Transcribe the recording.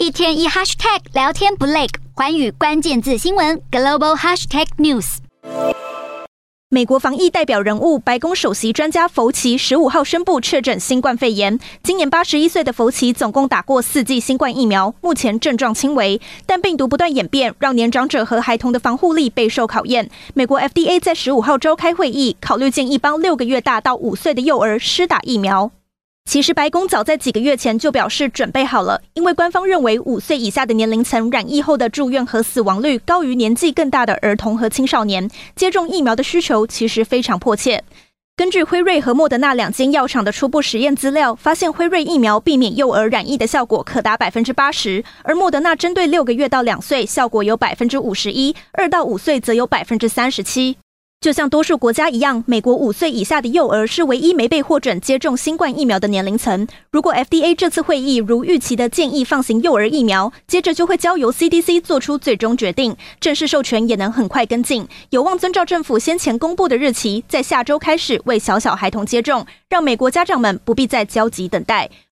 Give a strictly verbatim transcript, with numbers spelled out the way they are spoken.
一天一 hashtag 聊天不累，寰宇关键字新闻 global hashtag news。 美国防疫代表人物、白宫首席专家弗奇十五号宣布确诊新冠肺炎。今年八十一岁的弗奇总共打过四剂新冠疫苗，目前症状轻微，但病毒不断演变，让年长者和孩童的防护力备受考验。美国 F D A 在十五号召开会议，考虑建议帮六个月大到五岁的幼儿施打疫苗。其实白宫早在几个月前就表示准备好了，因为官方认为五岁以下的年龄层染疫后的住院和死亡率高于年纪更大的儿童和青少年，接种疫苗的需求其实非常迫切。根据辉瑞和莫德纳两间药厂的初步实验资料，发现辉瑞疫苗避免幼儿染疫的效果可达 百分之八十， 而莫德纳针对六个月到两岁效果有 百分之五十一， 二到五岁则有 百分之三十七。就像多数国家一样，美国五岁以下的幼儿是唯一没被获准接种新冠疫苗的年龄层。如果 F D A 这次会议如预期的建议放行幼儿疫苗，接着就会交由 C D C 做出最终决定，正式授权也能很快跟进，有望遵照政府先前公布的日期，在下周开始为小小孩童接种，让美国家长们不必再焦急等待。